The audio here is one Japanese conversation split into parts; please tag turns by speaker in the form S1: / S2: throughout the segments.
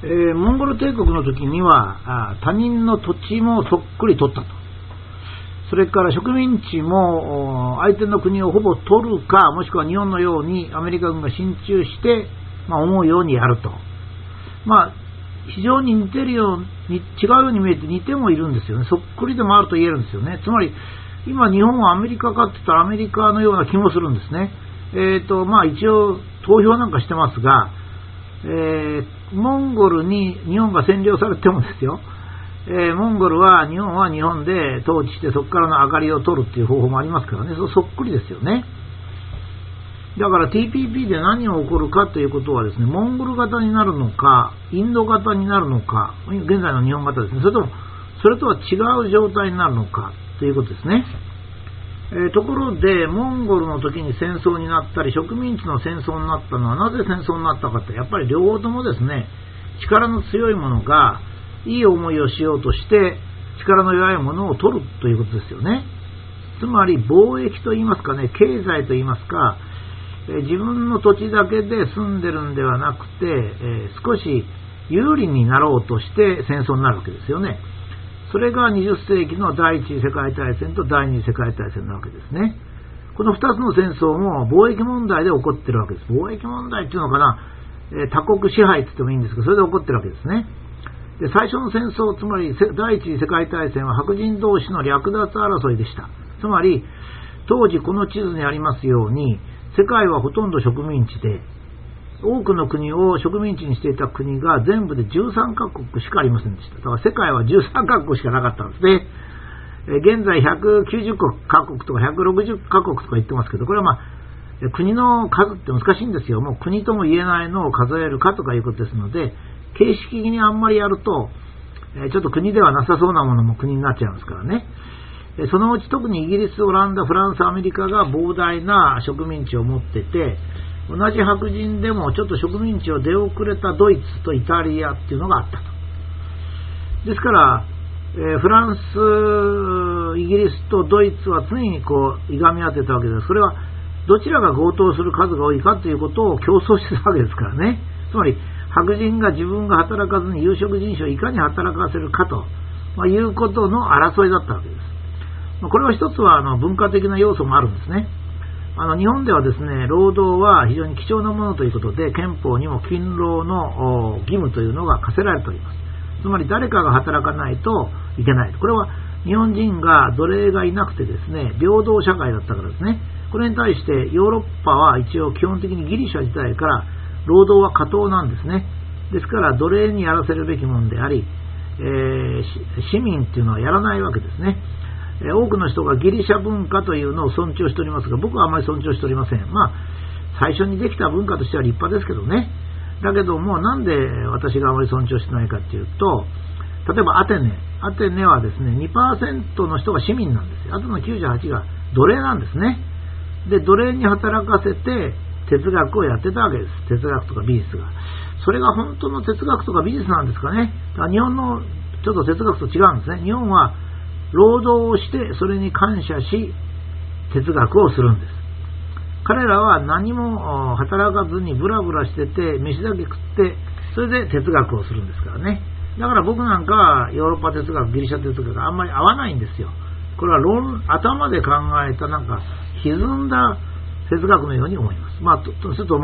S1: モンゴル帝国の時には他人の土地もそっくり取ったと。それから植民地も相手の国をほぼ取るか、もしくは日本のようにアメリカ軍が進駐して、思うようにやると。非常に似てるように、違うように見えて似てもいるんですよね。そっくりでもあると言えるんですよね。つまり今日本はアメリカかって言ったらアメリカのような気もするんですね。一応投票なんかしてますが、モンゴルに日本が占領されてもですよ、モンゴルは日本は日本で統治してそこからの上がりを取るっていう方法もありますからね。そっくりですよね。だから TPP で何が起こるかということはですね、モンゴル型になるのかインド型になるのか、現在の日本型ですね、それとは違う状態になるのかということですね。ところでモンゴルの時に戦争になったり植民地の戦争になったのはなぜ戦争になったかって、やっぱり両方ともですね、力の強い者がいい思いをしようとして力の弱いものを取るということですよね。つまり貿易といいますかね、経済といいますか、自分の土地だけで住んでるんではなくて、少し有利になろうとして戦争になるわけですよね。それが20世紀の第一次世界大戦と第二次世界大戦なわけですね。この2つの戦争も貿易問題で起こっているわけです。貿易問題っていうのかな、多国支配って言ってもいいんですけど、それで起こっているわけですね。で、最初の戦争、つまり第一次世界大戦は白人同士の略奪争いでした。つまり当時この地図にありますように、世界はほとんど植民地で、多くの国を植民地にしていた国が全部で13カ国しかありませんでした。だから世界は13カ国しかなかったんですね。現在190カ国とか160カ国とか言ってますけど、これは国の数って難しいんですよ。もう国とも言えないのを数えるかとかいうことですので、形式的にあんまりやると、ちょっと国ではなさそうなものも国になっちゃいますからね。そのうち特にイギリス、オランダ、フランス、アメリカが膨大な植民地を持ってて、同じ白人でもちょっと植民地を出遅れたドイツとイタリアっていうのがあったと。ですから、フランス、イギリスとドイツは常にいがみ合ってたわけです。それはどちらが強盗する数が多いかということを競争してたわけですからね。つまり白人が自分が働かずに有色人種をいかに働かせるかと、いうことの争いだったわけです。これは一つは文化的な要素もあるんですね。日本ではですね、労働は非常に貴重なものということで、憲法にも勤労の義務というのが課せられております。つまり誰かが働かないといけない。これは日本人が奴隷がいなくてですね、平等社会だったからですね。これに対してヨーロッパは一応基本的にギリシャ時代から労働は過当なんですね。ですから奴隷にやらせるべきものであり、市民っていうのはやらないわけですね。多くの人がギリシャ文化というのを尊重しておりますが、僕はあまり尊重しておりません。最初にできた文化としては立派ですけどね。だけども、なんで私があまり尊重してないかというと、例えばアテネはですね、2% の人が市民なんですよ。あとの98が奴隷なんですね。で、奴隷に働かせて哲学をやってたわけです。哲学とか美術が。それが本当の哲学とか美術なんですかね。だから日本のちょっと哲学と違うんですね。日本は労働をしてそれに感謝し哲学をするんです。彼らは何も働かずにブラブラしてて飯だけ食ってそれで哲学をするんですからね。だから僕なんかはヨーロッパ哲学、ギリシャ哲学があんまり合わないんですよ。これは頭で考えた歪んだ哲学のように思います。ちょっと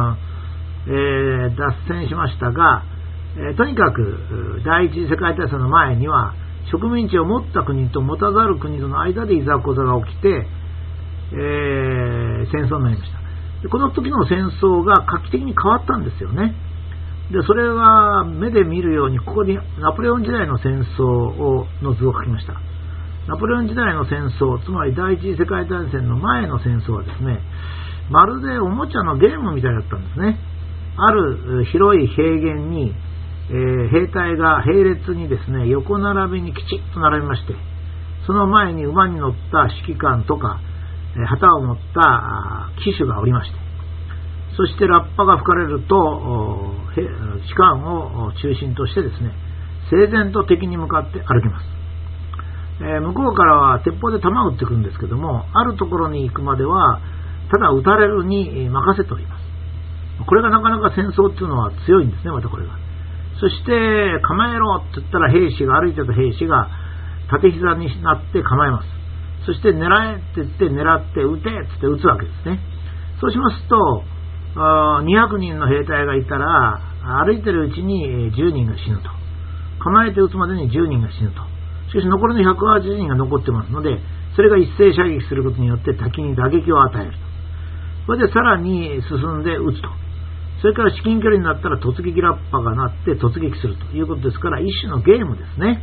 S1: 脱線しましたが、とにかく第一次世界大戦の前には植民地を持った国と持たざる国との間でいざこざが起きて、戦争になりました。でこの時の戦争が画期的に変わったんですよね。でそれは目で見るようにここにナポレオン時代の戦争の図を描きました。ナポレオン時代の戦争、つまり第一次世界大戦の前の戦争はですね、まるでおもちゃのゲームみたいだったんですね。ある広い平原に兵隊が並列にですね、横並びにきちっと並びまして、その前に馬に乗った指揮官とか旗を持った騎手がおりまして、そしてラッパが吹かれると士官を中心としてですね、整然と敵に向かって歩きます。向こうからは鉄砲で弾を撃ってくるんですけども、あるところに行くまではただ撃たれるに任せております。これがなかなか戦争っていうのは強いんですね。またこれがそして構えろって言ったら歩いてた兵士が縦膝になって構えます。そして狙えって言って狙って撃てって言って撃つわけですね。そうしますと200人の兵隊がいたら歩いてるうちに10人が死ぬと。構えて撃つまでに10人が死ぬと。しかし残りの180人が残ってますので、それが一斉射撃することによって敵に打撃を与えると。それでさらに進んで撃つと。それから至近距離になったら突撃ラッパが鳴って突撃するということですから、一種のゲームですね。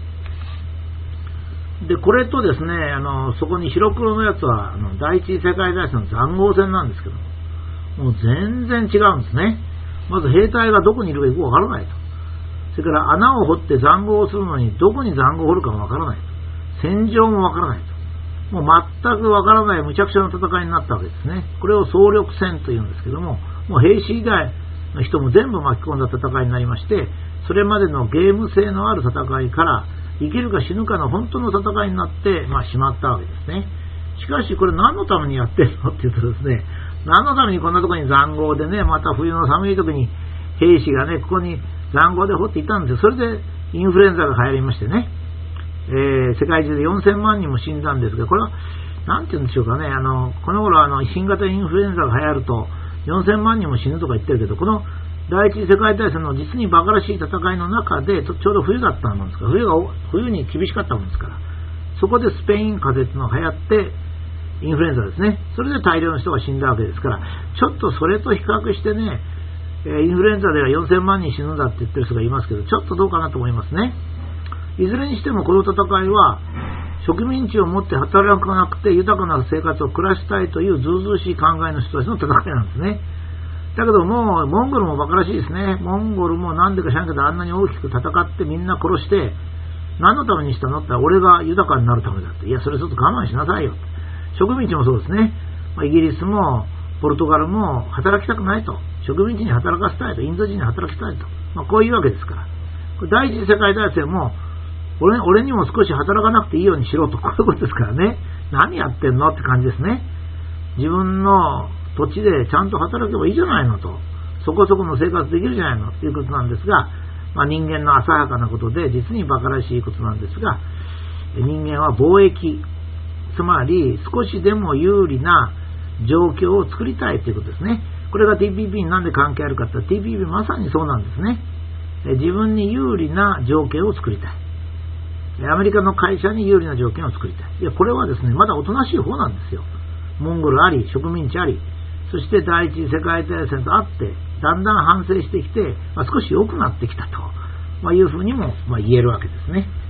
S1: でこれとですね、そこに白黒のやつは第一次世界大戦の塹壕戦なんですけども、もう全然違うんですね。まず兵隊がどこにいるかよくわからないと。それから穴を掘って塹壕をするのにどこに塹壕を掘るかもわからないと。戦場もわからないと。もう全くわからない無茶苦茶な戦いになったわけですね。これを総力戦というんですけども、もう兵士以外の人も全部巻き込んだ戦いになりまして、それまでのゲーム性のある戦いから生きるか死ぬかの本当の戦いになって、しまったわけですね。しかしこれ何のためにやってるのって言うとですね、何のためにこんなところに塹壕でね、また冬の寒い時に兵士がね、ここに塹壕で掘っていたんですよ。それでインフルエンザが流行りましてね、世界中で4000万人も死んだんですが、これは何て言うんでしょうかね、この頃新型インフルエンザが流行ると4000万人も死ぬとか言ってるけど、この第一次世界大戦の実に馬鹿らしい戦いの中でちょうど冬だったもんですから、冬に厳しかったもんですから、そこでスペイン風邪っていうのが流行ってインフルエンザですね、それで大量の人が死んだわけですから、ちょっとそれと比較してね、インフルエンザでは4000万人死ぬんだって言ってる人がいますけど、ちょっとどうかなと思いますね。いずれにしてもこの戦いは植民地を持って働かなくて豊かな生活を暮らしたいというずうずうしい考えの人たちの戦いなんですね。だけどもうモンゴルも馬鹿らしいですね。モンゴルもなんでか知らんけどあんなに大きく戦ってみんな殺して何のためにしたのって言ったら、俺が豊かになるためだって。いやそれちょっと我慢しなさいよ。植民地もそうですね。イギリスもポルトガルも働きたくないと。植民地に働かせたいと。インド人に働きたいと。こういうわけですから。これ第一次世界大戦も俺にも少し働かなくていいようにしろと、こういうことですからね。何やってんのって感じですね。自分の土地でちゃんと働けばいいじゃないのと、そこそこの生活できるじゃないのということなんですが、人間の浅はかなことで実に馬鹿らしいことなんですが、人間は貿易、つまり少しでも有利な状況を作りたいということですね。これが TPP に何で関係あるかというと、 TPP まさにそうなんですね。自分に有利な条件を作りたい。アメリカの会社に有利な条件を作りたい。いや、これはですね、まだおとなしい方なんですよ。モンゴルあり、植民地あり、そして第一次世界大戦とあって、だんだん反省してきて、少し良くなってきたと、いうふうにも言えるわけですね。